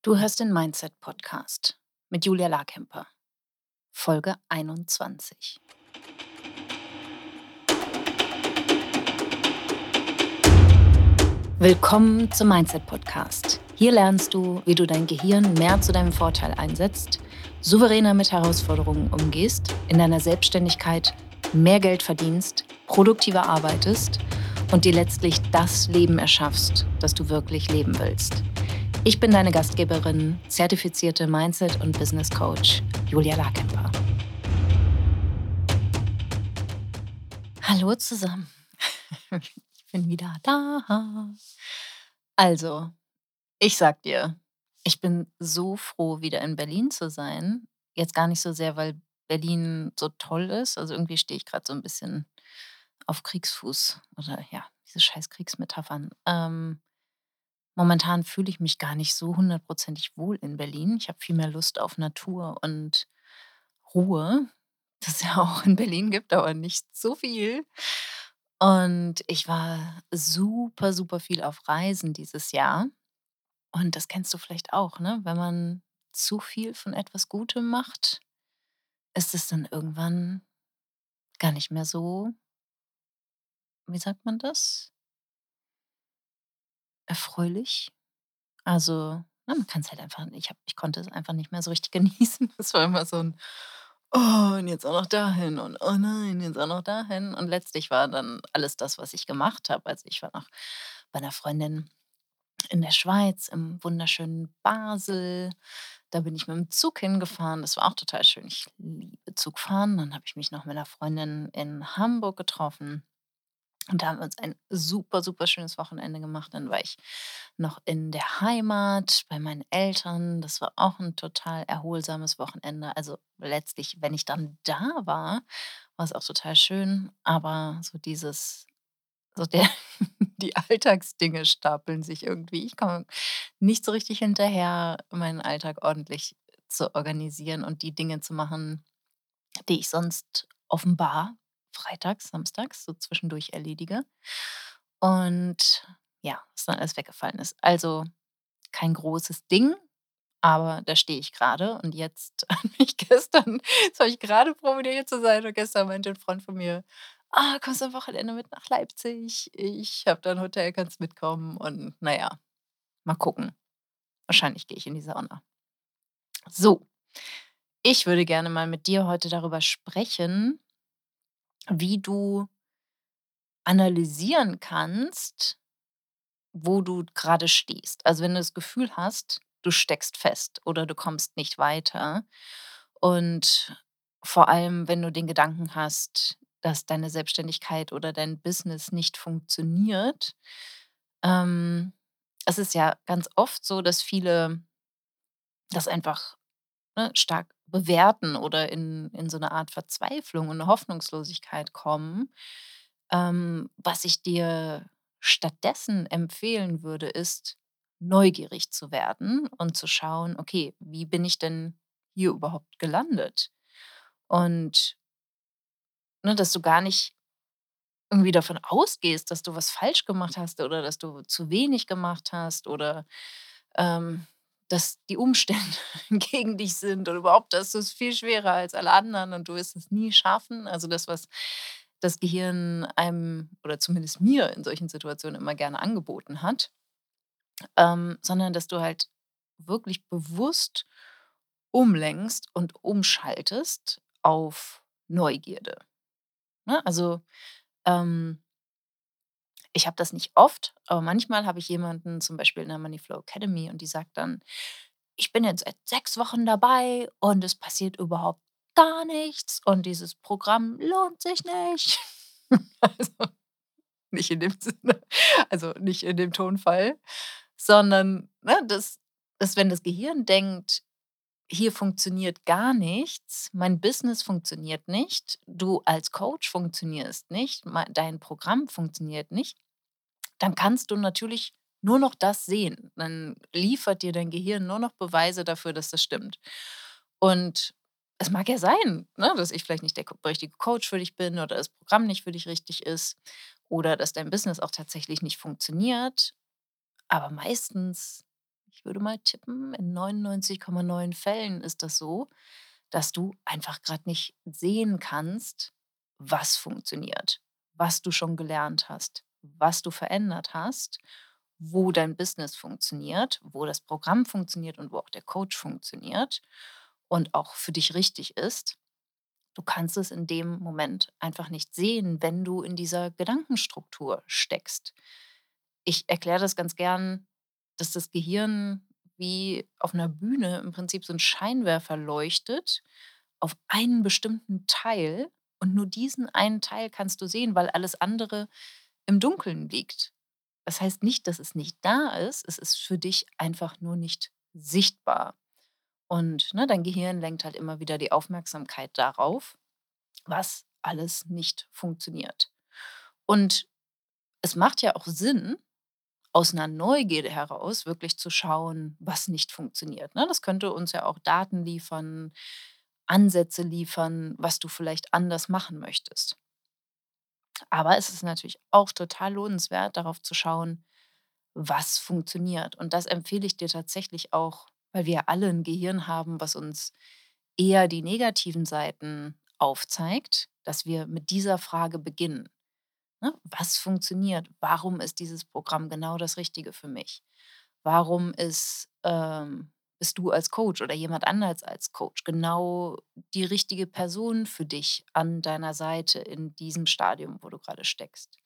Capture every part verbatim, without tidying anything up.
Du hörst den Mindset-Podcast mit Julia Larkemper, Folge einundzwanzig. Willkommen zum Mindset-Podcast. Hier lernst du, wie du dein Gehirn mehr zu deinem Vorteil einsetzt, souveräner mit Herausforderungen umgehst, in deiner Selbstständigkeit mehr Geld verdienst, produktiver arbeitest und dir letztlich das Leben erschaffst, das du wirklich leben willst. Ich bin deine Gastgeberin, zertifizierte Mindset- und Business Coach Julia Larkemper. Hallo zusammen. Ich bin wieder da. Also, ich sag dir, ich bin so froh, wieder in Berlin zu sein. Jetzt gar nicht so sehr, weil Berlin so toll ist. Also irgendwie stehe ich gerade so ein bisschen auf Kriegsfuß. Oder ja, diese scheiß Kriegsmetaphern. Ähm, momentan fühle ich mich gar nicht so hundertprozentig wohl in Berlin. Ich habe viel mehr Lust auf Natur und Ruhe, das es ja auch in Berlin gibt, aber nicht so viel. Und ich war super, super viel auf Reisen dieses Jahr. Und das kennst du vielleicht auch, ne? Wenn man zu viel von etwas Gutem macht, ist es dann irgendwann gar nicht mehr so, wie sagt man das? Erfreulich. Also, ne, man kann es halt einfach ich habe ich konnte es einfach nicht mehr so richtig genießen. Es war immer so ein „Oh, und jetzt auch noch dahin und oh nein, jetzt auch noch dahin.“ Und letztlich war dann alles das, was ich gemacht habe. Also, ich war noch bei einer Freundin in der Schweiz, im wunderschönen Basel. Da bin ich mit dem Zug hingefahren. Das war auch total schön. Ich liebe Zugfahren. Dann habe ich mich noch mit einer Freundin in Hamburg getroffen. Und da haben wir uns ein super, super schönes Wochenende gemacht. Dann war ich noch in der Heimat bei meinen Eltern. Das war auch ein total erholsames Wochenende. Also letztlich, wenn ich dann da war, war es auch total schön. Aber so dieses, so der, die Alltagsdinge stapeln sich irgendwie. Ich komme nicht so richtig hinterher, meinen Alltag ordentlich zu organisieren und die Dinge zu machen, die ich sonst offenbar freitags, samstags so zwischendurch erledige. Und ja, was dann alles weggefallen ist. Also kein großes Ding, aber da stehe ich gerade. Und jetzt habe ich gestern jetzt war ich grade froh, wieder hier zu sein. Und gestern meinte 'n Freund von mir: „Ah, kommst du am Wochenende mit nach Leipzig? Ich habe da 'n Hotel, kannst mitkommen.“ Und na ja, mal gucken. Wahrscheinlich gehe ich in die Sauna. So, ich würde gerne mal mit dir heute darüber sprechen, wie du analysieren kannst, wo du gerade stehst. Also, wenn du das Gefühl hast, du steckst fest oder du kommst nicht weiter und vor allem, wenn du den Gedanken hast, dass deine Selbstständigkeit oder dein Business nicht funktioniert. Ähm, es ist ja ganz oft so, dass viele das einfach, ne, stark bewerten oder in in so eine Art Verzweiflung und Hoffnungslosigkeit kommen. Ähm, was ich dir stattdessen empfehlen würde, ist, neugierig zu werden und zu schauen: „Okay, wie bin ich denn hier überhaupt gelandet?“ Und, ne, dass du gar nicht irgendwie davon ausgehst, dass du was falsch gemacht hast oder dass du zu wenig gemacht hast oder, ähm, dass die Umstände gegen dich sind oder überhaupt, dass du es viel schwerer als alle anderen und du wirst es nie schaffen. Also das, was das Gehirn einem oder zumindest mir in solchen Situationen immer gerne angeboten hat, ähm, sondern dass du halt wirklich bewusst umlenkst und umschaltest auf Neugierde, ne? Also, ähm ich habe das nicht oft, aber manchmal habe ich jemanden zum Beispiel in der Moneyflow Academy und die sagt dann: „Ich bin jetzt seit sechs Wochen dabei und es passiert überhaupt gar nichts und dieses Programm lohnt sich nicht.“ Also, nicht in dem Sinne, also nicht in dem Tonfall, sondern, ne, dass dass wenn das Gehirn denkt: „Hier funktioniert gar nichts, mein Business funktioniert nicht, du als Coach funktionierst nicht, mei dein Programm funktioniert nicht“, dann kannst du natürlich nur noch das sehen. Dann liefert dir dein Gehirn nur noch Beweise dafür, dass das stimmt. Und es mag ja sein, ne, dass ich vielleicht nicht der ko richtige Coach für dich bin oder das Programm nicht für dich richtig ist oder dass dein Business auch tatsächlich nicht funktioniert. Aber meistens, ich würde mal tippen, in neunundneunzig Komma neun Fällen ist das so, dass du einfach grad nicht sehen kannst, was funktioniert, was du schon gelernt hast, was du verändert hast, wo dein Business funktioniert, wo das Programm funktioniert und wo auch der Coach funktioniert und auch für dich richtig ist. Du kannst es in dem Moment einfach nicht sehen, wenn du in dieser Gedankenstruktur steckst. Ich erkläre das ganz gern, dass das Gehirn wie auf 'ner Bühne im Prinzip so 'n Scheinwerfer leuchtet auf einen bestimmten Teil und nur diesen einen Teil kannst du sehen, weil alles andere im Dunkeln liegt. Das heißt nicht, dass es nicht da ist, es ist für dich einfach nur nicht sichtbar. Und, ne, dein Gehirn lenkt halt immer wieder die Aufmerksamkeit darauf, was alles nicht funktioniert. Und es macht ja auch Sinn, aus 'ner Neugierde heraus wirklich zu schauen, was nicht funktioniert, ne? Das könnte uns ja auch Daten liefern, Ansätze liefern, was du vielleicht anders machen möchtest. Aber es ist natürlich auch total lohnenswert, darauf zu schauen, was funktioniert. Und das empfehle ich dir tatsächlich auch, weil wir alle 'n Gehirn haben, was uns eher die negativen Seiten aufzeigt, dass wir mit dieser Frage beginnen, ne? Was funktioniert? Warum ist dieses Programm genau das Richtige für mich? Warum ist ähm, bist du als Coach oder jemand anders als Coach genau die richtige Person für dich an deiner Seite in diesem Stadium, wo du grade steckst?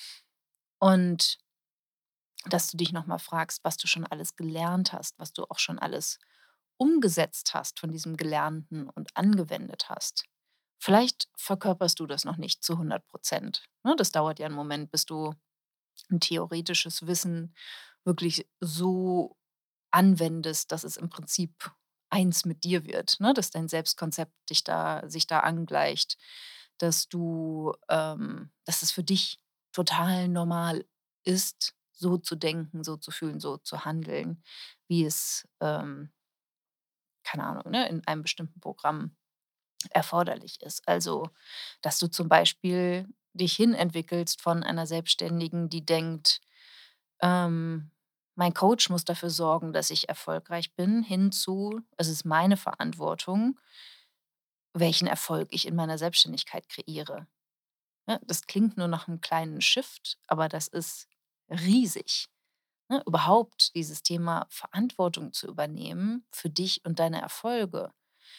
Und dass du dich noch mal fragst, was du schon alles gelernt hast, was du auch schon alles umgesetzt hast von diesem Gelernten und angewendet hast. Vielleicht verkörperst du das noch nicht zu hundert Prozent, ne? Das dauert ja 'n Moment, bis du 'n theoretisches Wissen wirklich so anwendest, dass es im Prinzip eins mit dir wird, ne? Dass dein Selbstkonzept dich da sich da angleicht, dass du ähm, dass es für dich total normal ist, so zu denken, so zu fühlen, so zu handeln, wie es, ähm keine Ahnung, ne, in einem bestimmten Programm erforderlich ist. Also, dass du zum Beispiel dich hinentwickelst von einer Selbstständigen, die denkt, ähm: „Mein Coach muss dafür sorgen, dass ich erfolgreich bin“, hin zu: „Es ist meine Verantwortung“ „welchen Erfolg ich in meiner Selbstständigkeit kreiere.“ Ne, das klingt nur nach 'nem kleinen Shift, aber das ist riesig, ne? Überhaupt dieses Thema Verantwortung zu übernehmen für dich und deine Erfolge.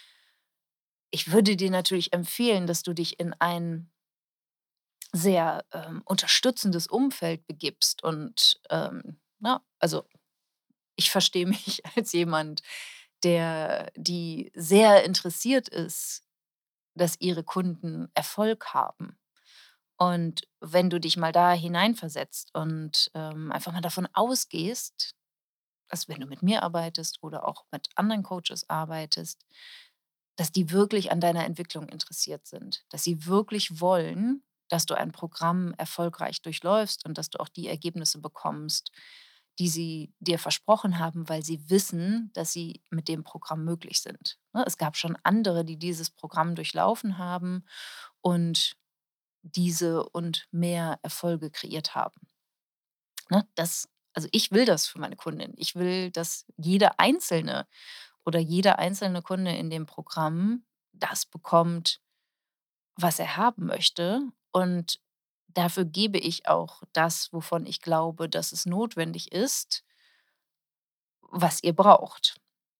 Ich würde dir natürlich empfehlen, dass du dich in ein sehr, ähm, unterstützendes Umfeld begibst und, ähm, ne also, ich verstehe mich als jemand, der die sehr interessiert ist, dass ihre Kunden Erfolg haben. Und wenn du dich mal da hineinversetzt und, ähm, einfach mal davon ausgehst, dass wenn du mit mir arbeitest oder auch mit anderen Coaches arbeitest, dass die wirklich an deiner Entwicklung interessiert sind, dass sie wirklich wollen, dass du ein Programm erfolgreich durchläufst und dass du auch die Ergebnisse bekommst, die sie dir versprochen haben, weil sie wissen, dass sie mit dem Programm möglich sind, ne? Es gab schon andere, die dieses Programm durchlaufen haben und diese und mehr Erfolge kreiert haben. Ne, das also, ich will das für meine Kundin. Ich will, dass jeder Einzelne oder jeder einzelne Kunde in dem Programm das bekommt, was er haben möchte. Und dafür gebe ich auch das, wovon ich glaube, dass es notwendig ist was ihr braucht.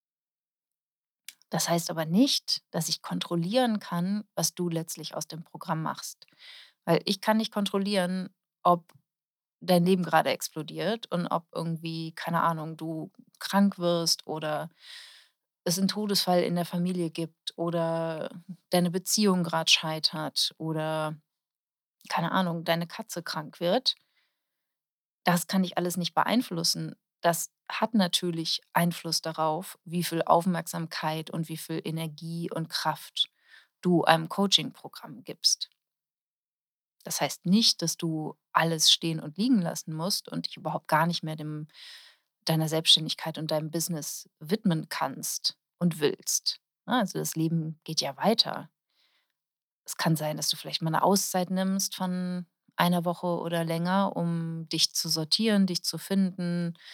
Das heißt aber nicht, dass ich kontrollieren kann, was du letztlich aus dem Programm machst. Weil ich kann nicht kontrollieren, ob dein Leben grade explodiert und ob irgendwie, keine Ahnung, du krank wirst oder es 'n Todesfall in der Familie gibt oder deine Beziehung grad scheitert oder, keine Ahnung, deine Katze krank wird. Das kann ich alles nicht beeinflussen. Das hat natürlich Einfluss darauf, wie viel Aufmerksamkeit und wie viel Energie und Kraft du einem Coachingprogramm gibst. Das heißt nicht, dass du alles stehen und liegen lassen musst und dich überhaupt gar nicht mehr dem deiner Selbstständigkeit und deinem Business widmen kannst und willst, ne? Also, das Leben geht ja weiter. Es kann sein, dass du vielleicht mal 'ne Auszeit nimmst von einer Woche oder länger, um dich zu sortieren, dich zu finden,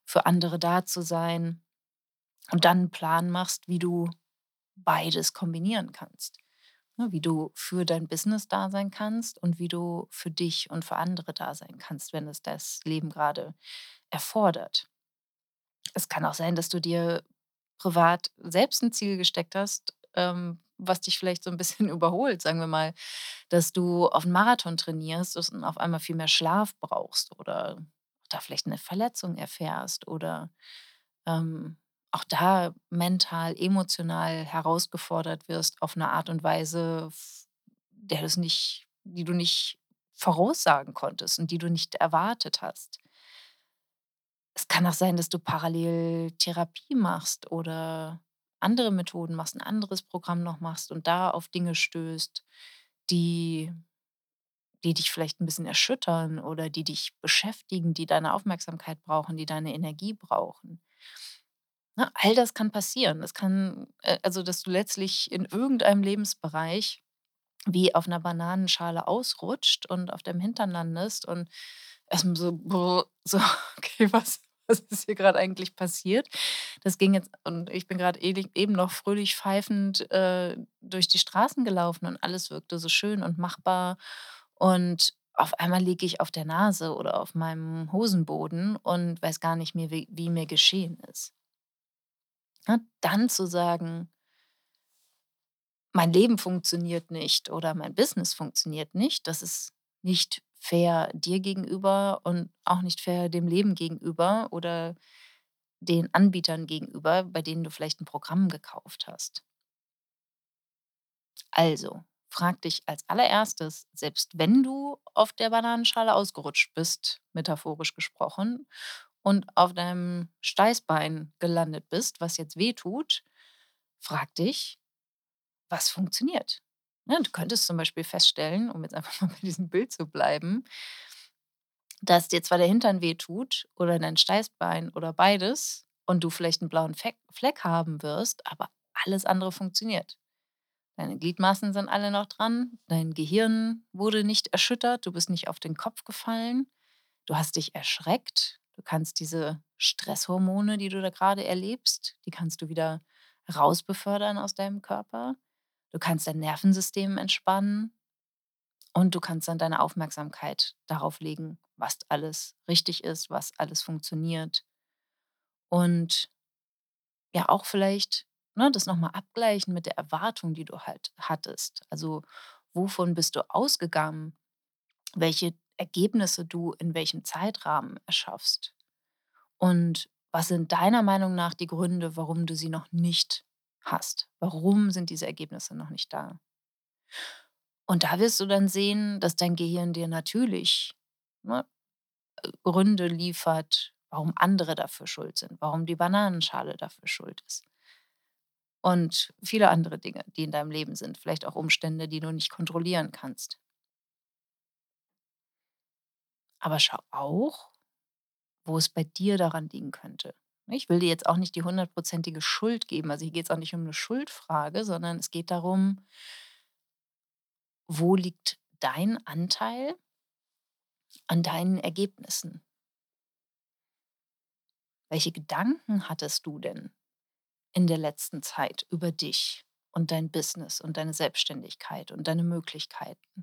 für andere da zu sein und dann 'n Plan machst, wie du beides kombinieren kannst, ne? Wie du für dein Business da sein kannst und wie du für dich und für andere da sein kannst, wenn es das Leben grade erfordert. Es kann auch sein, dass du dir privat selbst 'n Ziel gesteckt hast, ähm, was dich vielleicht so 'n bisschen überholt. Sagen wir mal, dass du auf 'n Marathon trainierst und auf einmal viel mehr Schlaf brauchst oder da vielleicht 'ne Verletzung erfährst oder, ähm, auch da mental, emotional herausgefordert wirst auf 'ne Art und Weise, f der das nicht die du nicht voraussagen konntest und die du nicht erwartet hast. Es kann auch sein, dass du parallel Therapie machst oder andere Methoden machst, 'n anderes Programm noch machst und da auf Dinge stößt, die die dich vielleicht 'n bisschen erschüttern oder die dich beschäftigen, die deine Aufmerksamkeit brauchen, die deine Energie brauchen. Ne, all das kann passieren. Es kann äh, also, dass du letztlich in irgendeinem Lebensbereich wie auf 'ner Bananenschale ausrutscht und auf deinem Hintern landest und erst mal so: „So, okay, was was ist hier grad eigentlich passiert?“ Das ging jetzt und ich bin grad ewig eben noch fröhlich pfeifend, äh, durch die Straßen gelaufen und alles wirkte so schön und machbar. Und auf einmal liege ich auf der Nase oder auf meinem Hosenboden und weiß gar nicht mehr, wie wie mir geschehen ist. Ne, dann zu sagen „Mein Leben funktioniert nicht oder mein Business funktioniert nicht“, das ist nicht fair dir gegenüber und auch nicht fair dem Leben gegenüber oder den Anbietern gegenüber, bei denen du vielleicht 'n Programm gekauft hast. Also, frage dich als Allererstes, selbst wenn du auf der Bananenschale ausgerutscht bist, metaphorisch gesprochen, und auf deinem Steißbein gelandet bist, was jetzt wehtut, frage dich: „Was funktioniert?“ Ne, du könntest zum Beispiel feststellen, um jetzt einfach mal bei diesem Bild zu bleiben dass dir zwar der Hintern wehtut oder dein Steißbein oder beides und du vielleicht 'n blauen Feck Fleck haben wirst, aber alles andere funktioniert. Deine Gliedmaßen sind alle noch dran, dein Gehirn wurde nicht erschüttert, du bist nicht auf den Kopf gefallen, du hast dich erschreckt, du kannst diese Stresshormone, die du da grade erlebst die kannst du wieder rausbefördern aus deinem Körper. Du kannst dein Nervensystem entspannen und du kannst dann deine Aufmerksamkeit darauf legen, was alles richtig ist, was alles funktioniert. Und ja, auch vielleicht, ne, das noch mal abgleichen mit der Erwartung, die du halt hattest. Also, wovon bist du ausgegangen, welche Ergebnisse du in welchem Zeitrahmen erschaffst? Und was sind deiner Meinung nach die Gründe, warum du sie noch nicht hast? Warum sind diese Ergebnisse noch nicht da? Und da wirst du dann sehen, dass dein Gehirn dir natürlich, ne, äh, Gründe liefert, warum andere dafür schuld sind, warum die Bananenschale dafür schuld ist. Und viele andere Dinge, die in deinem Leben sind, vielleicht auch Umstände, die du nicht kontrollieren kannst. Aber schau auch, wo es bei dir daran liegen könnte. Ne, ich will dir jetzt auch nicht die hundertprozentige Schuld geben. Also, hier geht's auch nicht um 'ne Schuldfrage, sondern es geht darum wo liegt dein Anteil an deinen Ergebnissen? Welche Gedanken hattest du denn in der letzten Zeit über dich und dein Business und deine Selbstständigkeit und deine Möglichkeiten?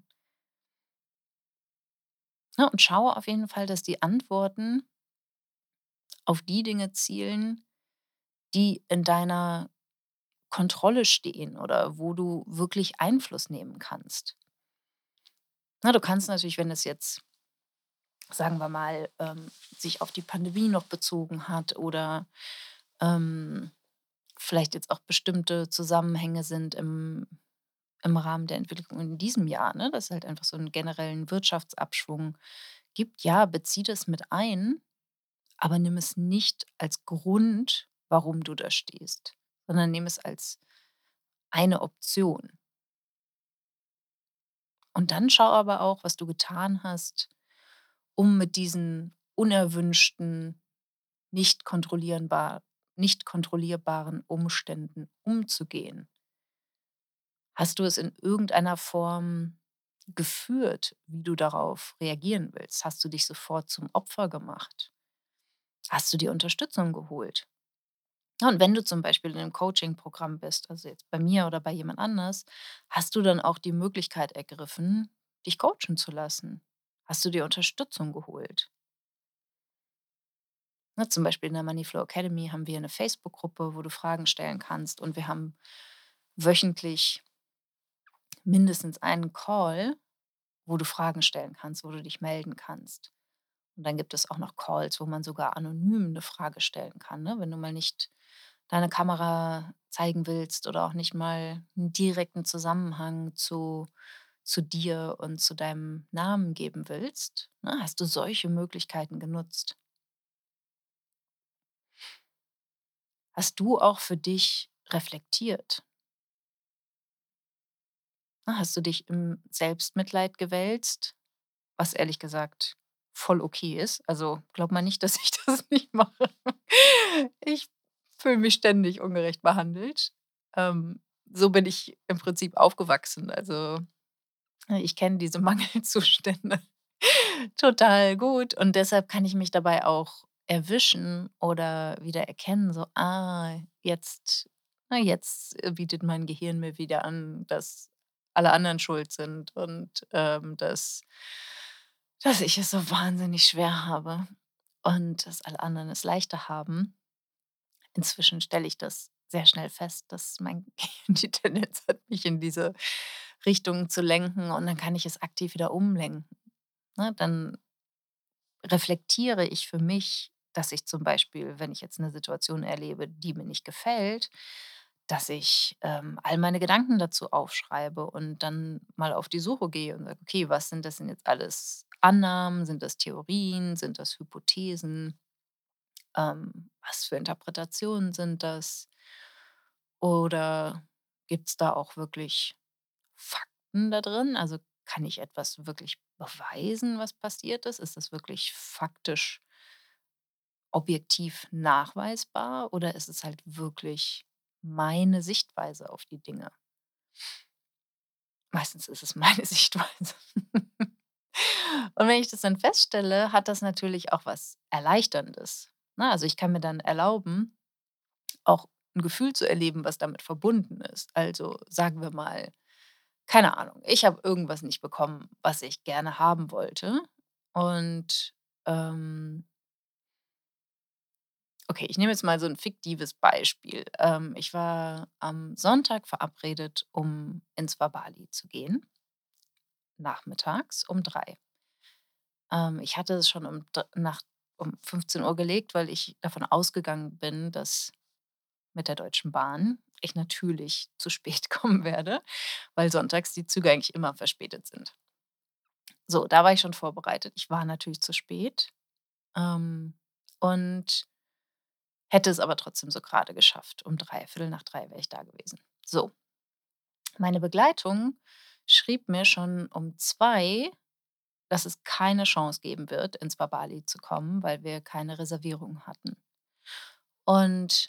Ne, und schaue auf jeden Fall, dass die Antworten auf die Dinge zielen, die in deiner Kontrolle stehen oder wo du wirklich Einfluss nehmen kannst. Ne, du kannst natürlich, wenn es jetzt, sagen wir mal, ähm, sich auf die Pandemie noch bezogen hat oder, ähm, vielleicht jetzt auch bestimmte Zusammenhänge sind im im Rahmen der Entwicklung in diesem Jahr, ne, dass es halt einfach so 'n generellen Wirtschaftsabschwung gibt. Ja, bezieh das mit ein, aber nimm es nicht als Grund, warum du da stehst, sondern nimm es als eine Option. Und dann schau aber auch, was du getan hast, um mit diesen unerwünschten, nicht kontrollierenbar nicht kontrollierbaren Umständen umzugehen. Hast du es in irgendeiner Form geführt, wie du darauf reagieren willst? Hast du dich sofort zum Opfer gemacht? Hast du dir Unterstützung geholt? Ja, und wenn du zum Beispiel in 'nem Coaching-Programm bist, also jetzt bei mir oder bei jemand anders, hast du dann auch die Möglichkeit ergriffen, dich coachen zu lassen? Hast du dir Unterstützung geholt? Ne, zum Beispiel in der Moneyflow Academy haben wir eine Facebook-Gruppe, wo du Fragen stellen kannst, und wir haben wöchentlich mindestens einen Call, wo du Fragen stellen kannst, wo du dich melden kannst. Und dann gibt es auch noch Calls, wo man sogar anonym eine Frage stellen kann, ne? Wenn du mal nicht deine Kamera zeigen willst oder auch nicht mal einen direkten Zusammenhang zu zu dir und zu deinem Namen geben willst, ne, hast du solche Möglichkeiten genutzt. Hast du auch für dich reflektiert? Ne, hast du dich im Selbstmitleid gewälzt, was ehrlich gesagt voll okay ist? Also, glaube mal nicht, dass ich das nicht mache. Ich fühle mich ständig ungerecht behandelt. Ähm, so bin ich im Prinzip aufgewachsen. Also, äh, ich kenne diese Mangelzustände total gut, und deshalb kann ich mich dabei auch erwischen oder wieder erkennen, so: „Ah, jetzt na, jetzt, äh, bietet mein Gehirn mir wieder an, dass alle anderen schuld sind und, ähm, dass dass ich es so wahnsinnig schwer habe und dass alle anderen es leichter haben.“ Inzwischen stelle ich das sehr schnell fest, dass mein Gehirn die Tendenz hat, mich in diese Richtung zu lenken, und dann kann ich es aktiv wieder umlenken, ne? Dann reflektiere ich für mich, dass ich zum Beispiel, wenn ich jetzt eine Situation erlebe, die mir nicht gefällt, dass ich, ähm, all meine Gedanken dazu aufschreibe und dann mal auf die Suche gehe und sage: „Okay, was sind das denn jetzt alles Annahmen? Sind das Theorien? Sind das Hypothesen? Ähm, was für Interpretationen sind das? Oder gibt es da auch wirklich Fakten da drin? Also, kann ich etwas wirklich beweisen, was passiert ist? Ist das wirklich faktisch objektiv nachweisbar, oder ist es halt wirklich meine Sichtweise auf die Dinge? Meistens ist es meine Sichtweise. Und wenn ich das dann feststelle, hat das natürlich auch was Erleichterndes, ne? Also, ich kann mir dann erlauben, auch ein Gefühl zu erleben, was damit verbunden ist. Also, sagen wir mal, keine Ahnung, ich habe irgendwas nicht bekommen, was ich gerne haben wollte, und, ähm okay, ich nehme jetzt mal so ein fiktives Beispiel. Ähm, ich war am Sonntag verabredet, um ins Wabali zu gehen, nachmittags um drei. Ähm, ich hatte es schon um d nach um fünfzehn Uhr gelegt, weil ich davon ausgegangen bin, dass mit der Deutschen Bahn ich natürlich zu spät kommen werde, weil sonntags die Züge eigentlich immer verspätet sind. So, da war ich schon vorbereitet. Ich war natürlich zu spät, ähm, und hätte es aber trotzdem so gerade geschafft. Um drei, Viertel nach drei wäre ich da gewesen. So, meine Begleitung schrieb mir schon um zwei, dass es keine Chance geben wird, ins Bali zu kommen, weil wir keine Reservierung hatten. Und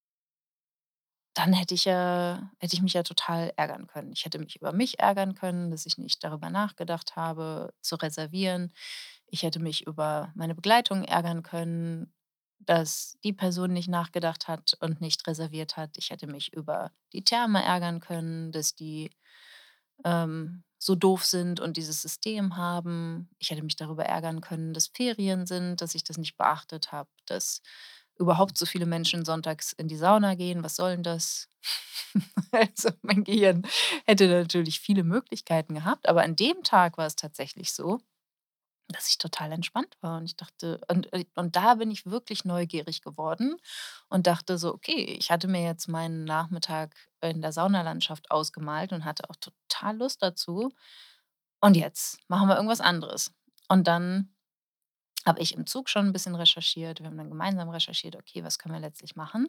dann hätte ich ja hätte ich mich ja total ärgern können. Ich hätte mich über mich ärgern können, dass ich nicht darüber nachgedacht habe, zu reservieren. Ich hätte mich über meine Begleitung ärgern können, dass die Person nicht nachgedacht hat und nicht reserviert hat. Ich hätte mich über die Therme ärgern können, dass die, ähm, so doof sind und dieses System haben. Ich hätte mich darüber ärgern können, dass Ferien sind, dass ich das nicht beachtet habe, dass überhaupt so viele Menschen sonntags in die Sauna gehen. Was soll 'n das? Also, mein Gehirn hätte natürlich viele Möglichkeiten gehabt, aber an dem Tag war es tatsächlich so, dass ich total entspannt war, und ich dachte, und äh, und da bin ich wirklich neugierig geworden und dachte so: „Okay, ich hatte mir jetzt meinen Nachmittag in der Saunalandschaft ausgemalt und hatte auch total Lust dazu, und jetzt machen wir irgendwas anderes.“ Und dann habe ich im Zug schon ein bisschen recherchiert. Wir haben dann gemeinsam recherchiert: „Okay, was können wir letztlich machen?“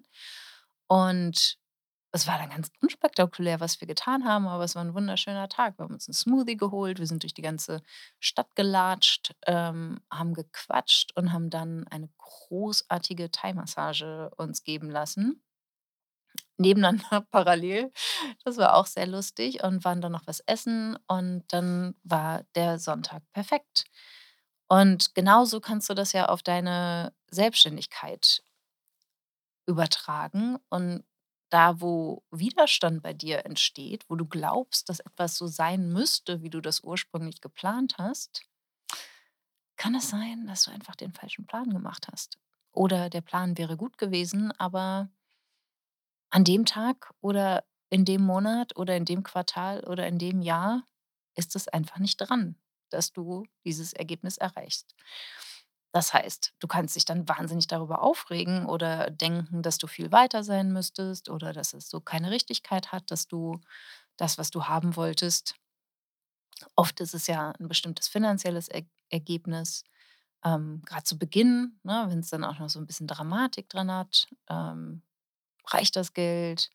Und es war dann ganz unspektakulär, was wir getan haben, aber es war ein wunderschöner Tag. Wir haben uns 'n Smoothie geholt, wir sind durch die ganze Stadt gelatscht, ähm, haben gequatscht und haben dann eine großartige Thai-Massage uns geben lassen, nebeneinander parallel. Das war auch sehr lustig, und waren dann noch was essen, und dann war der Sonntag perfekt. Und genauso kannst du das ja auf deine Selbstständigkeit übertragen und da, wo Widerstand bei dir entsteht, wo du glaubst, dass etwas so sein müsste, wie du das ursprünglich geplant hast, kann es sein, dass du einfach den falschen Plan gemacht hast. Oder der Plan wäre gut gewesen, aber an dem Tag oder in dem Monat oder in dem Quartal oder in dem Jahr ist es einfach nicht dran, dass du dieses Ergebnis erreichst. Das heißt, du kannst dich dann wahnsinnig darüber aufregen oder denken, dass du viel weiter sein müsstest oder dass es so keine Richtigkeit hat, dass du das, was du haben wolltest. Oft ist es ja ein bestimmtes finanzielles Er Ergebnis, ähm, grad zu Beginn, ne, wenn es dann auch noch so ein bisschen Dramatik dran hat. Ähm, reicht das Geld?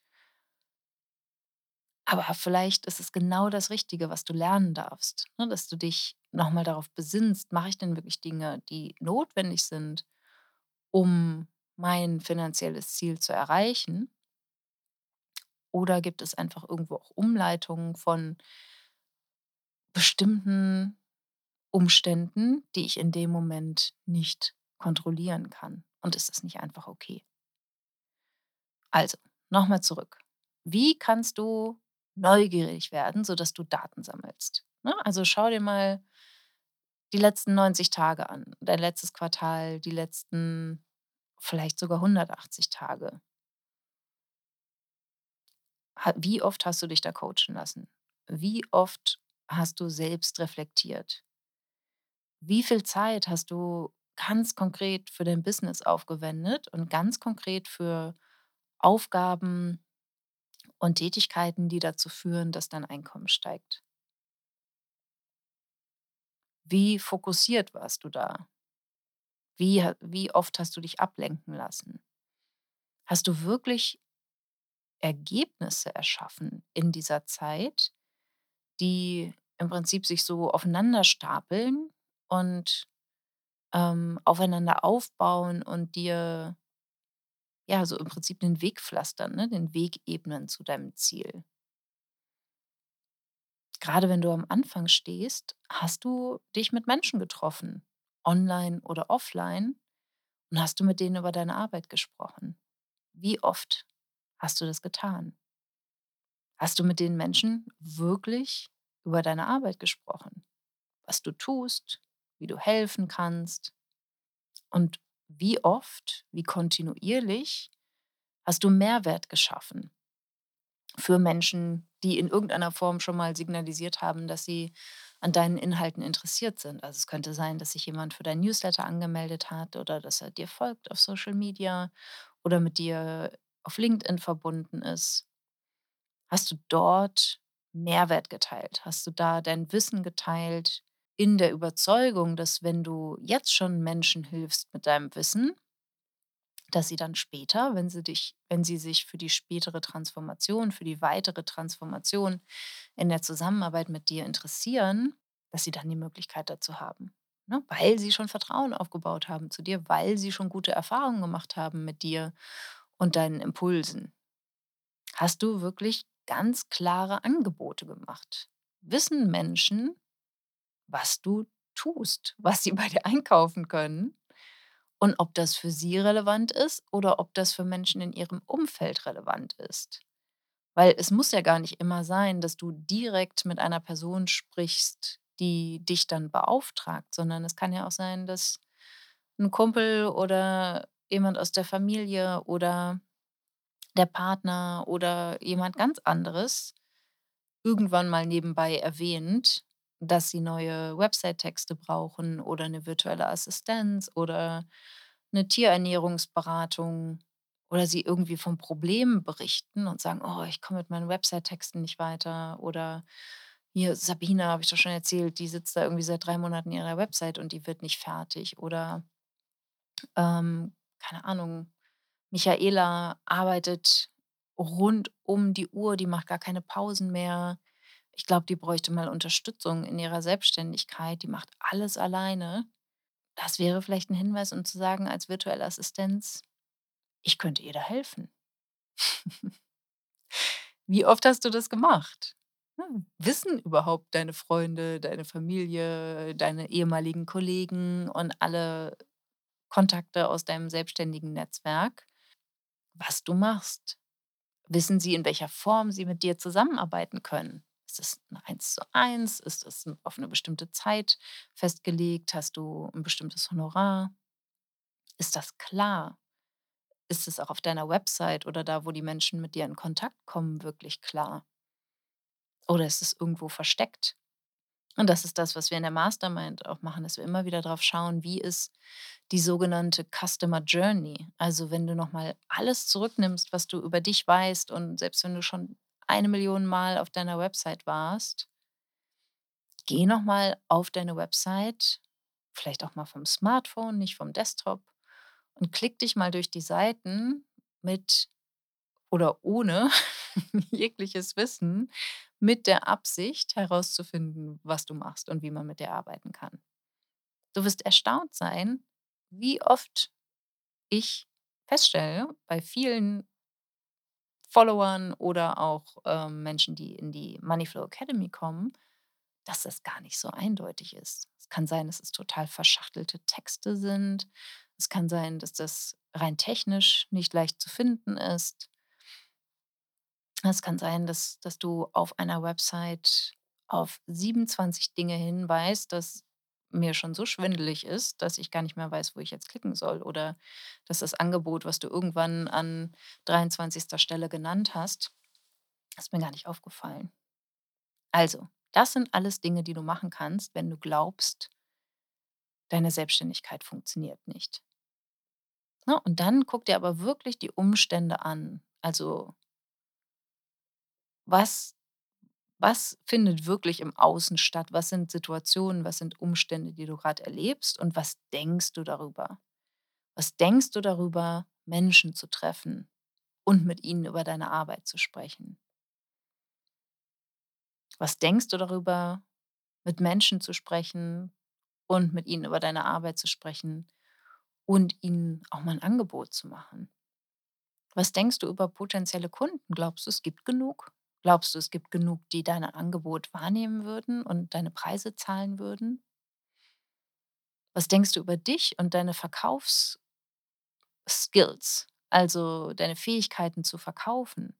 Aber vielleicht ist es genau das Richtige, was du lernen darfst, ne, dass du dich noch mal darauf besinnst: „Mache ich denn wirklich Dinge, die notwendig sind, um mein finanzielles Ziel zu erreichen? Oder gibt es einfach irgendwo auch Umleitungen von bestimmten Umständen, die ich in dem Moment nicht kontrollieren kann? Und ist das nicht einfach okay?“ Also, noch mal zurück. Wie kannst du neugierig werden, sodass du Daten sammelst? Ne, also, schau dir mal die letzten neunzig Tage an, dein letztes Quartal, die letzten vielleicht sogar hundertachtzig Tage. Ha Wie oft hast du dich da coachen lassen? Wie oft hast du selbst reflektiert? Wie viel Zeit hast du ganz konkret für dein Business aufgewendet und ganz konkret für Aufgaben und Tätigkeiten, die dazu führen, dass dein Einkommen steigt? Wie fokussiert warst du da? Wie ha wie oft hast du dich ablenken lassen? Hast du wirklich Ergebnisse erschaffen in dieser Zeit, die im Prinzip sich so aufeinander stapeln und, ähm, aufeinander aufbauen und dir, ja, so im Prinzip den Weg pflastern, ne, den Weg ebnen zu deinem Ziel. Gerade wenn du am Anfang stehst, hast du dich mit Menschen getroffen, online oder offline, und hast du mit denen über deine Arbeit gesprochen? Wie oft hast du das getan? Hast du mit den Menschen wirklich über deine Arbeit gesprochen? Was du tust, wie du helfen kannst und wie oft, wie kontinuierlich hast du Mehrwert geschaffen für Menschen, die in irgendeiner Form schon mal signalisiert haben, dass sie an deinen Inhalten interessiert sind. Also es könnte sein, dass sich jemand für dein Newsletter angemeldet hat oder dass er dir folgt auf Social Media oder mit dir auf LinkedIn verbunden ist. Hast du dort Mehrwert geteilt? Hast du da dein Wissen geteilt in der Überzeugung, dass wenn du jetzt schon Menschen hilfst mit deinem Wissen, dass sie dann später, wenn sie dich wenn sie sich für die spätere Transformation, für die weitere Transformation in der Zusammenarbeit mit dir interessieren, dass sie dann die Möglichkeit dazu haben, ne? Weil sie schon Vertrauen aufgebaut haben zu dir, weil sie schon gute Erfahrungen gemacht haben mit dir und deinen Impulsen. Hast du wirklich ganz klare Angebote gemacht? Wissen Menschen, was du tust, was sie bei dir einkaufen können und ob das für sie relevant ist oder ob das für Menschen in ihrem Umfeld relevant ist? Weil es muss ja gar nicht immer sein, dass du direkt mit einer Person sprichst, die dich dann beauftragt, sondern es kann ja auch sein, dass ein Kumpel oder jemand aus der Familie oder der Partner oder jemand ganz anderes irgendwann mal nebenbei erwähnt, dass sie neue Website-Texte brauchen oder eine virtuelle Assistenz oder eine Tierernährungsberatung oder sie irgendwie von Problemen berichten und sagen: „Oh, ich komme mit meinen Website-Texten nicht weiter“ oder „Hier, Sabine, habe ich doch schon erzählt, die sitzt da irgendwie seit drei Monaten an ihrer Website und die wird nicht fertig“ oder, ähm, keine Ahnung, Michaela arbeitet rund um die Uhr, die macht gar keine Pausen mehr. Ich glaube, die bräuchte mal Unterstützung in ihrer Selbstständigkeit. Die macht alles alleine. Das wäre vielleicht ein Hinweis, um zu sagen als virtuelle Assistenz: „Ich könnte ihr da helfen.“ Wie oft hast du das gemacht? Hm, wissen überhaupt deine Freunde, deine Familie, deine ehemaligen Kollegen und alle Kontakte aus deinem selbstständigen Netzwerk, was du machst. Wissen sie, in welcher Form sie mit dir zusammenarbeiten können? Ist es 'n Eins zu eins? Ist es 'n auf eine bestimmte Zeit festgelegt? Hast du ein bestimmtes Honorar? Ist das klar? Ist es auch auf deiner Website oder da, wo die Menschen mit dir in Kontakt kommen, wirklich klar? Oder ist es irgendwo versteckt? Und das ist das, was wir in der Mastermind auch machen, dass wir immer wieder drauf schauen, wie ist die sogenannte Customer Journey? Also, wenn du noch mal alles zurücknimmst, was du über dich weißt und selbst wenn du schon eine Million Mal auf deiner Website warst, geh noch mal auf deine Website, vielleicht auch mal vom Smartphone, nicht vom Desktop, und klick dich mal durch die Seiten mit oder ohne jegliches Wissen, mit der Absicht herauszufinden, was du machst und wie man mit dir arbeiten kann. Du wirst erstaunt sein, wie oft ich feststelle bei vielen Followern oder auch, ähm, Menschen, die in die Moneyflow Academy kommen, dass das gar nicht so eindeutig ist. Es kann sein, dass es total verschachtelte Texte sind. Es kann sein, dass das rein technisch nicht leicht zu finden ist. Es kann sein, dass dass du auf einer Website auf siebenundzwanzig Dinge hinweist, dass mir schon so schwindelig ist, dass ich gar nicht mehr weiß, wo ich jetzt klicken soll, oder dass das Angebot, was du irgendwann an dreiundzwanzigster Stelle genannt hast, ist mir gar nicht aufgefallen. Also, das sind alles Dinge, die du machen kannst, wenn du glaubst, deine Selbstständigkeit funktioniert nicht, ne? Und dann guck dir aber wirklich die Umstände an. Also, was Was findet wirklich im Außen statt? Was sind Situationen, was sind Umstände, die du gerade erlebst, und was denkst du darüber? Was denkst du darüber, Menschen zu treffen und mit ihnen über deine Arbeit zu sprechen? Was denkst du darüber, mit Menschen zu sprechen und mit ihnen über deine Arbeit zu sprechen und ihnen auch mal ein Angebot zu machen? Was denkst du über potenzielle Kunden? Glaubst du, es gibt genug? Glaubst du, es gibt genug, die dein Angebot wahrnehmen würden und deine Preise zahlen würden? Was denkst du über dich und deine Verkaufsskills, also deine Fähigkeiten zu verkaufen?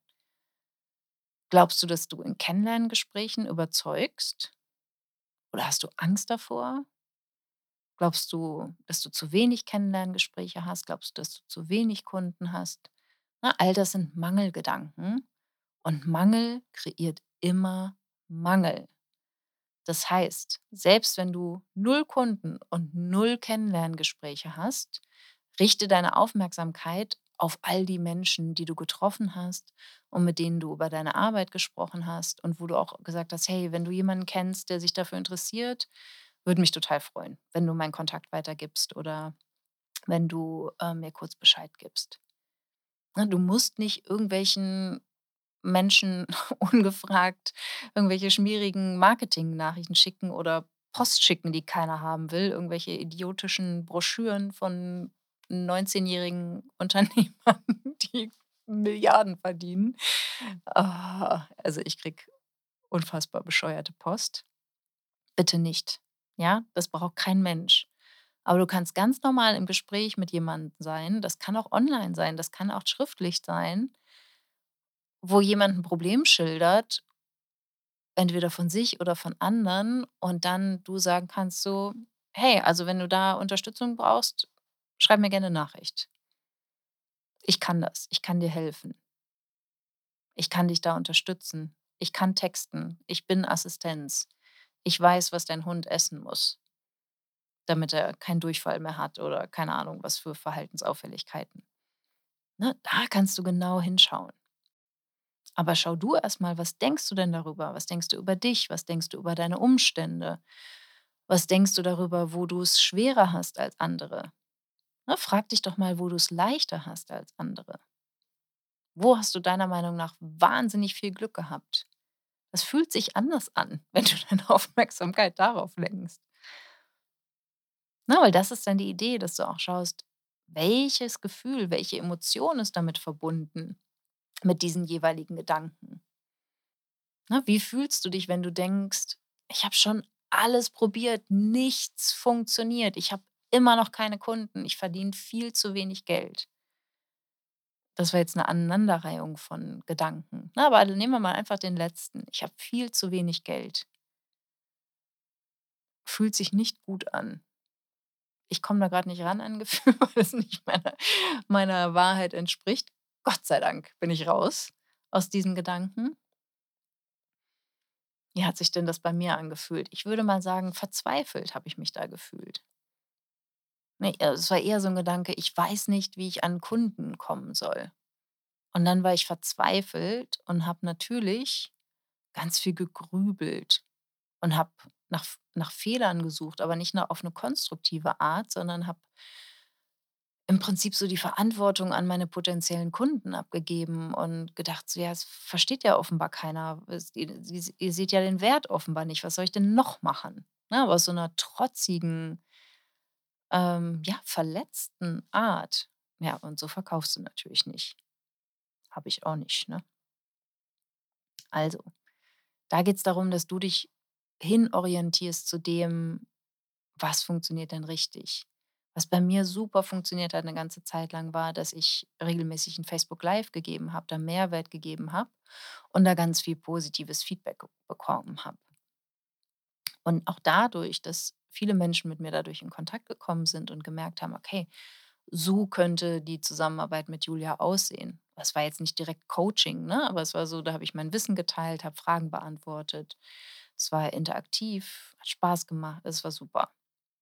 Glaubst du, dass du in Kennenlerngesprächen überzeugst oder hast du Angst davor? Glaubst du, dass du zu wenig Kennenlerngespräche hast? Glaubst du, dass du zu wenig Kunden hast? Na, all das sind Mangelgedanken, und Mangel kreiert immer Mangel. Das heißt, selbst wenn du null Kunden und null Kennenlerngespräche hast, richte deine Aufmerksamkeit auf all die Menschen, die du getroffen hast und mit denen du über deine Arbeit gesprochen hast und wo du auch gesagt hast: „Hey, wenn du jemanden kennst, der sich dafür interessiert, würde mich total freuen, wenn du meinen Kontakt weitergibst oder wenn du, äh, mir kurz Bescheid gibst.“ Ne, du musst nicht irgendwelchen Menschen ungefragt irgendwelche schmierigen Marketingnachrichten schicken oder Post schicken, die keiner haben will, irgendwelche idiotischen Broschüren von neunzehnjährigen Unternehmern, die Milliarden verdienen. Ah, also, ich kriege unfassbar bescheuerte Post. Bitte nicht. Ja, das braucht kein Mensch. Aber du kannst ganz normal im Gespräch mit jemandem sein. Das kann auch online sein, das kann auch schriftlich sein, wo jemand 'n Problem schildert, entweder von sich oder von anderen, und dann du sagen kannst so: „Hey, also, wenn du da Unterstützung brauchst, schreib mir gerne 'ne Nachricht. Ich kann das. Ich kann dir helfen. Ich kann dich da unterstützen. Ich kann texten. Ich bin Assistenz. Ich weiß, was dein Hund essen muss, damit er keinen Durchfall mehr hat oder keine Ahnung, was für Verhaltensauffälligkeiten.“ Ne, da kannst du genau hinschauen. Aber schau du erst mal, was denkst du denn darüber? Was denkst du über dich? Was denkst du über deine Umstände? Was denkst du darüber, wo du es schwerer hast als andere? Ne, frag dich doch mal, wo du es leichter hast als andere. Wo hast du deiner Meinung nach wahnsinnig viel Glück gehabt? Das fühlt sich anders an, wenn du deine Aufmerksamkeit darauf lenkst. Na, weil das ist dann die Idee, dass du auch schaust, welches Gefühl, welche Emotion ist damit verbunden mit diesen jeweiligen Gedanken. Ne, wie fühlst du dich, wenn du denkst: „Ich habe schon alles probiert, nichts funktioniert. Ich habe immer noch keine Kunden, ich verdiene viel zu wenig Geld. Das war jetzt 'ne Aneinanderreihung von Gedanken. Ne, aber nehmen wir mal einfach den letzten. Ich habe viel zu wenig Geld. Fühlt sich nicht gut an. Ich komme da grad nicht ran an 'n Gefühl, weil es nicht meiner meiner Wahrheit entspricht. Gott sei Dank bin ich raus aus diesen Gedanken. Wie hat sich denn das bei mir angefühlt? Ich würde mal sagen, verzweifelt habe ich mich da gefühlt. Ne, äh, es war eher so 'n Gedanke: „Ich weiß nicht, wie ich an Kunden kommen soll.“ Und dann war ich verzweifelt und habe natürlich ganz viel gegrübelt und habe nach F nach Fehlern gesucht, aber nicht nur auf 'ne konstruktive Art, sondern habe im Prinzip so die Verantwortung an meine potenziellen Kunden abgegeben und gedacht so: „Ja, es versteht ja offenbar keiner. Es ihr sie ihr seht ja den Wert offenbar nicht. Was soll ich denn noch machen?“ Ne, aber aus so 'ner trotzigen ähm, ja, verletzten Art. Ja, und so verkaufst du natürlich nicht. Habe ich auch nicht, ne? Also, da geht's darum, dass du dich hinorientierst zu dem, was funktioniert denn richtig? Was bei mir super funktioniert hat 'ne ganze Zeit lang, war, dass ich regelmäßig 'n Facebook Live gegeben habe, da Mehrwert gegeben habe und da ganz viel positives Feedback ge bekommen habe. Und auch dadurch, dass viele Menschen mit mir dadurch in Kontakt gekommen sind und gemerkt haben: „Okay, so könnte die Zusammenarbeit mit Julia aussehen.“ Das war jetzt nicht direkt Coaching, ne, aber es war so, da habe ich mein Wissen geteilt, habe Fragen beantwortet. Es war interaktiv, hat Spaß gemacht, es war super.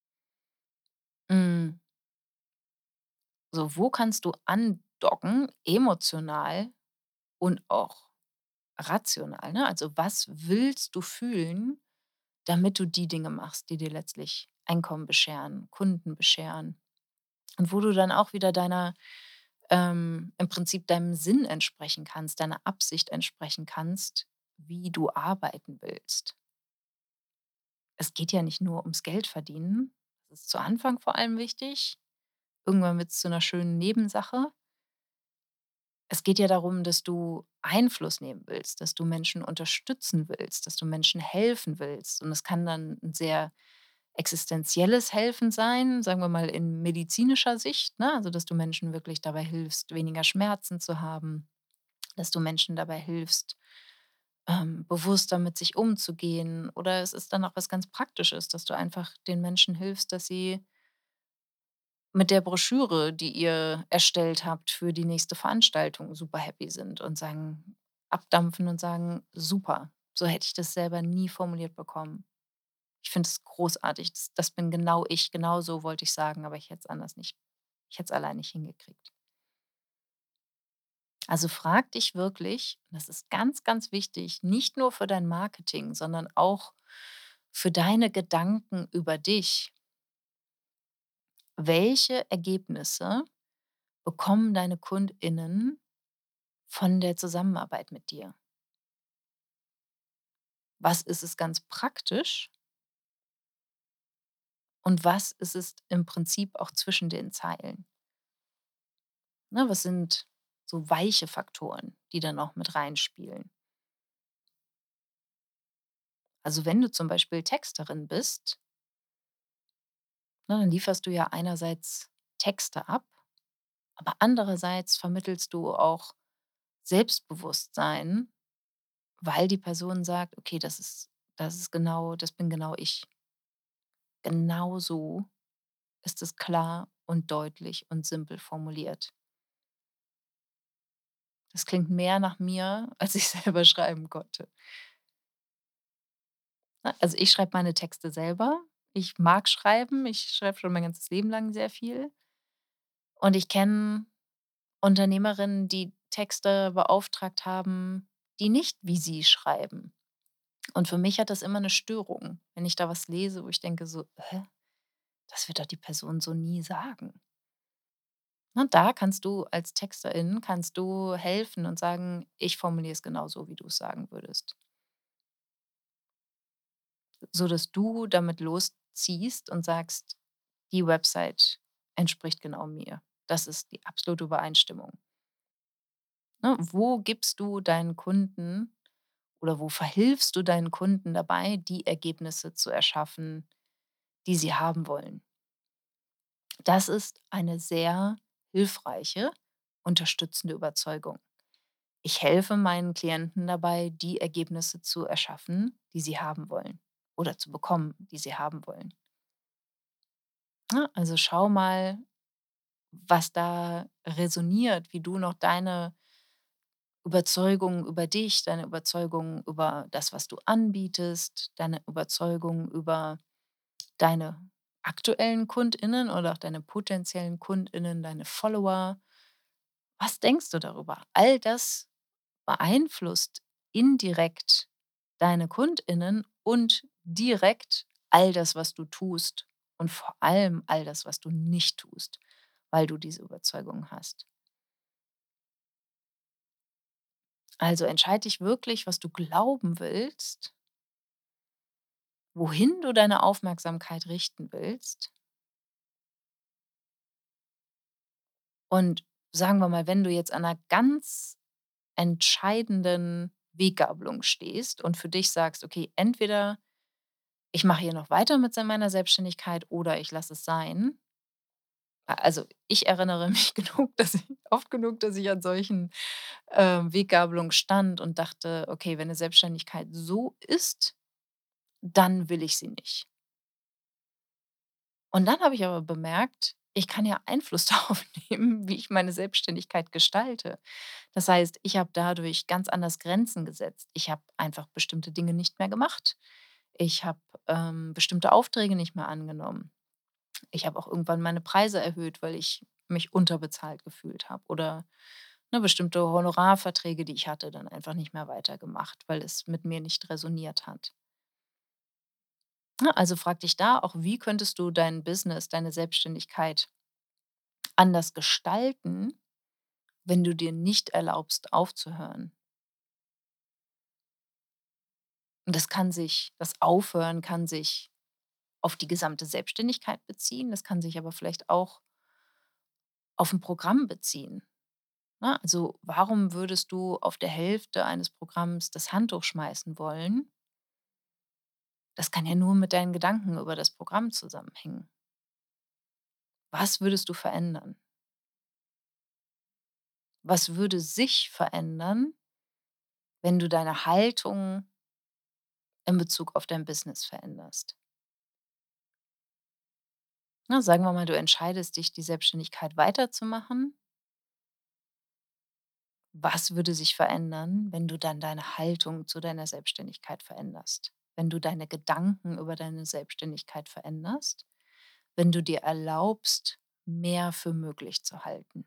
Hm. So, wo kannst du andocken, emotional und auch rational, ne? Also, was willst du fühlen, damit du die Dinge machst, die dir letztlich Einkommen bescheren, Kunden bescheren und wo du dann auch wieder deiner ähm, im Prinzip deinem Sinn entsprechen kannst, deiner Absicht entsprechen kannst, wie du arbeiten willst. Es geht ja nicht nur ums Geld verdienen. Das ist zu Anfang vor allem wichtig. Irgendwann wird's zu 'ner schönen Nebensache. Es geht ja darum, dass du Einfluss nehmen willst, dass du Menschen unterstützen willst, dass du Menschen helfen willst. Und es kann dann 'n sehr existenzielles Helfen sein, sagen wir mal in medizinischer Sicht, ne? Also, dass du Menschen wirklich dabei hilfst, weniger Schmerzen zu haben, dass du Menschen dabei hilfst, ähm, bewusster mit sich umzugehen. Oder es ist dann auch was ganz Praktisches, dass du einfach den Menschen hilfst, dass sie mit der Broschüre, die ihr erstellt habt für die nächste Veranstaltung, super happy sind und sagen abdampfen und sagen: „Super, so hätte ich das selber nie formuliert bekommen. Ich finde es großartig. Das das bin genau ich. Genau so wollte ich's sagen, aber ich hätte es anders nicht ich hätte es allein nicht hingekriegt.“ Also, frage dich wirklich, das ist ganz, ganz wichtig, nicht nur für dein Marketing, sondern auch für deine Gedanken über dich welche Ergebnisse bekommen deine KundInnen von der Zusammenarbeit mit dir? Was ist es ganz praktisch? Und was ist es im Prinzip auch zwischen den Zeilen? Ne, was sind so weiche Faktoren, die da noch mit reinspielen? Also, wenn du zum Beispiel Texterin bist ne, dann lieferst du ja einerseits Texte ab, aber andererseits vermittelst du auch Selbstbewusstsein, weil die Person sagt: „Okay, das ist das ist genau das bin genau ich.“ Genauso ist es klar und deutlich und simpel formuliert. Das klingt mehr nach mir, als ich selber schreiben konnte. Ne, also, ich schreibe meine Texte selber. Ich mag schreiben. Ich schreibe schon mein ganzes Leben lang sehr viel. Und ich kenne Unternehmerinnen, die Texte beauftragt haben, die nicht wie sie schreiben. Und für mich hat das immer 'ne Störung, wenn ich da was lese, wo ich denke so: „Hä? Das wird doch die Person so nie sagen.“ Und da kannst du als Texterin kannst du helfen und sagen: „Ich formuliere es genauso, wie du's sagen würdest.“ Sodass du damit losziehst und sagst: „Die Website entspricht genau mir. Das ist die absolute Übereinstimmung.“ Ne, wo gibst du deinen Kunden oder wo verhilfst du deinen Kunden dabei, die Ergebnisse zu erschaffen, die sie haben wollen? Das ist eine sehr hilfreiche, unterstützende Überzeugung. Ich helfe meinen Klienten dabei, die Ergebnisse zu erschaffen, die sie haben wollen oder zu bekommen, die sie haben wollen. Ne? Also schau mal, was da resoniert, wie du noch deine Überzeugungen über dich, deine Überzeugungen über das, was du anbietest, deine Überzeugungen über deine aktuellen KundInnen oder auch deine potenziellen KundInnen, deine Follower. Was denkst du darüber? All das beeinflusst indirekt deine KundInnen und direkt all das, was du tust und vor allem all das, was du nicht tust, weil du diese Überzeugung hast. Also entscheide dich wirklich, was du glauben willst, wohin du deine Aufmerksamkeit richten willst. Und sagen wir mal, wenn du jetzt an einer ganz entscheidenden Weggabelung stehst und für dich sagst: „Okay, entweder ich mache hier noch weiter mit se meiner Selbstständigkeit oder ich lasse es sein.“ A also, ich erinnere mich genug, dass ich oft genug, dass ich an solchen, ähm, Weggabelungen stand und dachte: „Okay, wenn 'ne Selbstständigkeit so ist, dann will ich sie nicht.“ Und dann habe ich aber bemerkt, ich kann ja Einfluss darauf nehmen, wie ich meine Selbstständigkeit gestalte. Das heißt, ich habe dadurch ganz anders Grenzen gesetzt. Ich habe einfach bestimmte Dinge nicht mehr gemacht. Ich habe, ähm, bestimmte Aufträge nicht mehr angenommen. Ich habe auch irgendwann meine Preise erhöht, weil ich mich unterbezahlt gefühlt habe oder, ne, bestimmte Honorarverträge, die ich hatte, dann einfach nicht mehr weitergemacht, weil es mit mir nicht resoniert hat. Ne, also frag dich da auch, wie könntest du dein Business, deine Selbstständigkeit anders gestalten, wenn du dir nicht erlaubst, aufzuhören? Und das kann sich das Aufhören kann sich auf die gesamte Selbstständigkeit beziehen, das kann sich aber vielleicht auch auf ein Programm beziehen, ne? Also, warum würdest du auf der Hälfte eines Programms das Handtuch schmeißen wollen? Das kann ja nur mit deinen Gedanken über das Programm zusammenhängen. Was würdest du verändern? Was würde sich verändern, wenn du deine Haltung in Bezug auf dein Business veränderst? Ne, sagen wir mal, du entscheidest dich, die Selbstständigkeit weiterzumachen. Was würde sich verändern, wenn du dann deine Haltung zu deiner Selbstständigkeit veränderst? Wenn du deine Gedanken über deine Selbstständigkeit veränderst? Wenn du dir erlaubst, mehr für möglich zu halten?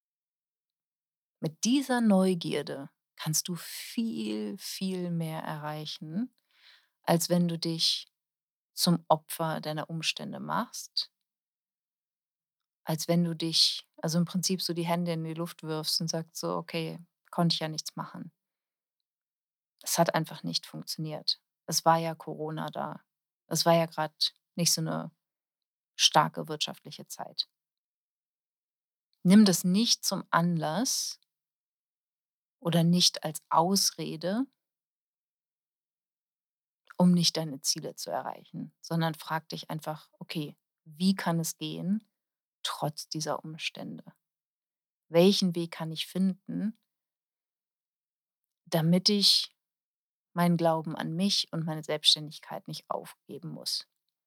Mit dieser Neugierde kannst du viel, viel mehr erreichen, als wenn du dich zum Opfer deiner Umstände machst, als wenn du dich also im Prinzip so die Hände in die Luft wirfst und sagst so: „Okay, konnte ich ja nichts machen.“ Es hat einfach nicht funktioniert. Es war ja Corona da. Es war ja gerade nicht so eine starke wirtschaftliche Zeit. Nimm das nicht zum Anlass oder nicht als Ausrede, um nicht deine Ziele zu erreichen, sondern frag dich einfach: „Okay, wie kann es gehen trotz dieser Umstände? Welchen Weg kann ich finden, damit ich meinen Glauben an mich und meine Selbstständigkeit nicht aufgeben muss?“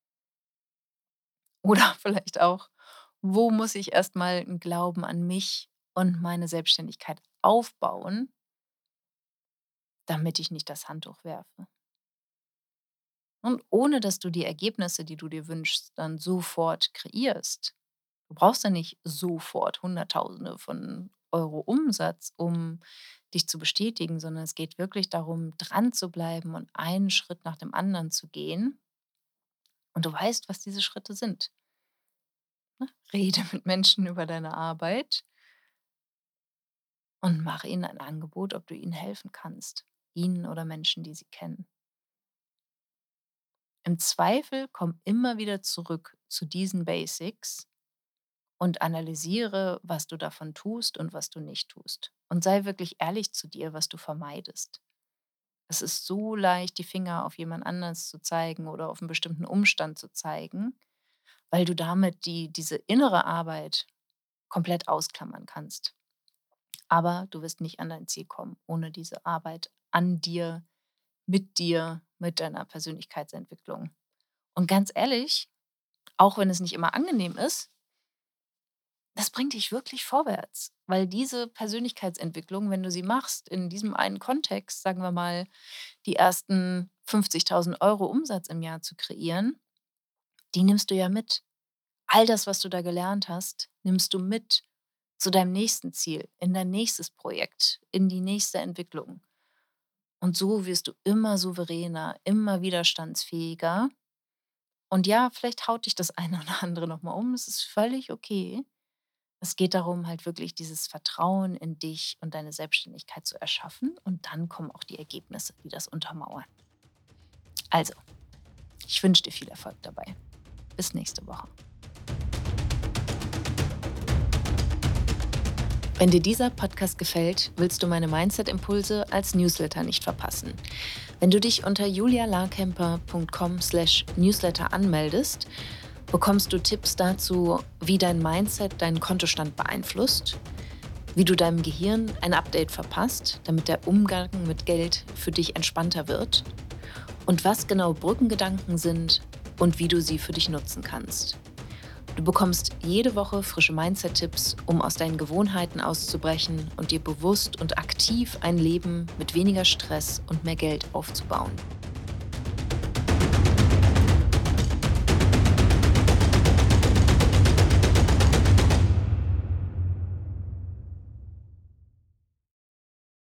Oder vielleicht auch: „Wo muss ich erst mal 'n Glauben an mich und meine Selbstständigkeit aufbauen, damit ich nicht das Handtuch werfe?“ Und ohne dass du die Ergebnisse, die du dir wünschst, dann sofort kreierst. Du brauchst ja nicht sofort Hunderttausende von Euro Umsatz, um dich zu bestätigen, sondern es geht wirklich darum, dran zu bleiben und einen Schritt nach dem anderen zu gehen. Und du weißt, was diese Schritte sind, ne? Rede mit Menschen über deine Arbeit und mache ihnen ein Angebot, ob du ihnen helfen kannst. Ihnen oder Menschen, die sie kennen. Im Zweifel komm immer wieder zurück zu diesen Basics und analysiere, was du davon tust und was du nicht tust. Und sei wirklich ehrlich zu dir, was du vermeidest. Es ist so leicht, die Finger auf jemand anderes zu zeigen oder auf einen bestimmten Umstand zu zeigen, weil du damit die diese innere Arbeit komplett ausklammern kannst. Aber du wirst nicht an dein Ziel kommen ohne diese Arbeit an dir, mit dir, mit deiner Persönlichkeitsentwicklung. Und ganz ehrlich, auch wenn es nicht immer angenehm ist, das bringt dich wirklich vorwärts, weil diese Persönlichkeitsentwicklung, wenn du sie machst in diesem einen Kontext, sagen wir mal, die ersten fünfzigtausend Euro Umsatz im Jahr zu kreieren, die nimmst du ja mit. All das, was du da gelernt hast, nimmst du mit zu deinem nächsten Ziel, in dein nächstes Projekt, in die nächste Entwicklung. Und so wirst du immer souveräner, immer widerstandsfähiger. Und ja, vielleicht haut dich das eine oder andere noch mal um. Das ist völlig okay. Es geht darum, halt wirklich dieses Vertrauen in dich und deine Selbstständigkeit zu erschaffen. Und dann kommen auch die Ergebnisse, die das untermauern. Also, ich wünsche dir viel Erfolg dabei. Bis nächste Woche. Wenn dir dieser Podcast gefällt, willst du meine Mindset-Impulse als Newsletter nicht verpassen. Wenn du dich unter julialarkemper punkt com slash newsletter anmeldest, bekommst du Tipps dazu, wie dein Mindset deinen Kontostand beeinflusst, wie du deinem Gehirn ein Update verpasst, damit der Umgang mit Geld für dich entspannter wird und was genau Brückengedanken sind und wie du sie für dich nutzen kannst. Du bekommst jede Woche frische Mindset-Tipps, um aus deinen Gewohnheiten auszubrechen und dir bewusst und aktiv ein Leben mit weniger Stress und mehr Geld aufzubauen.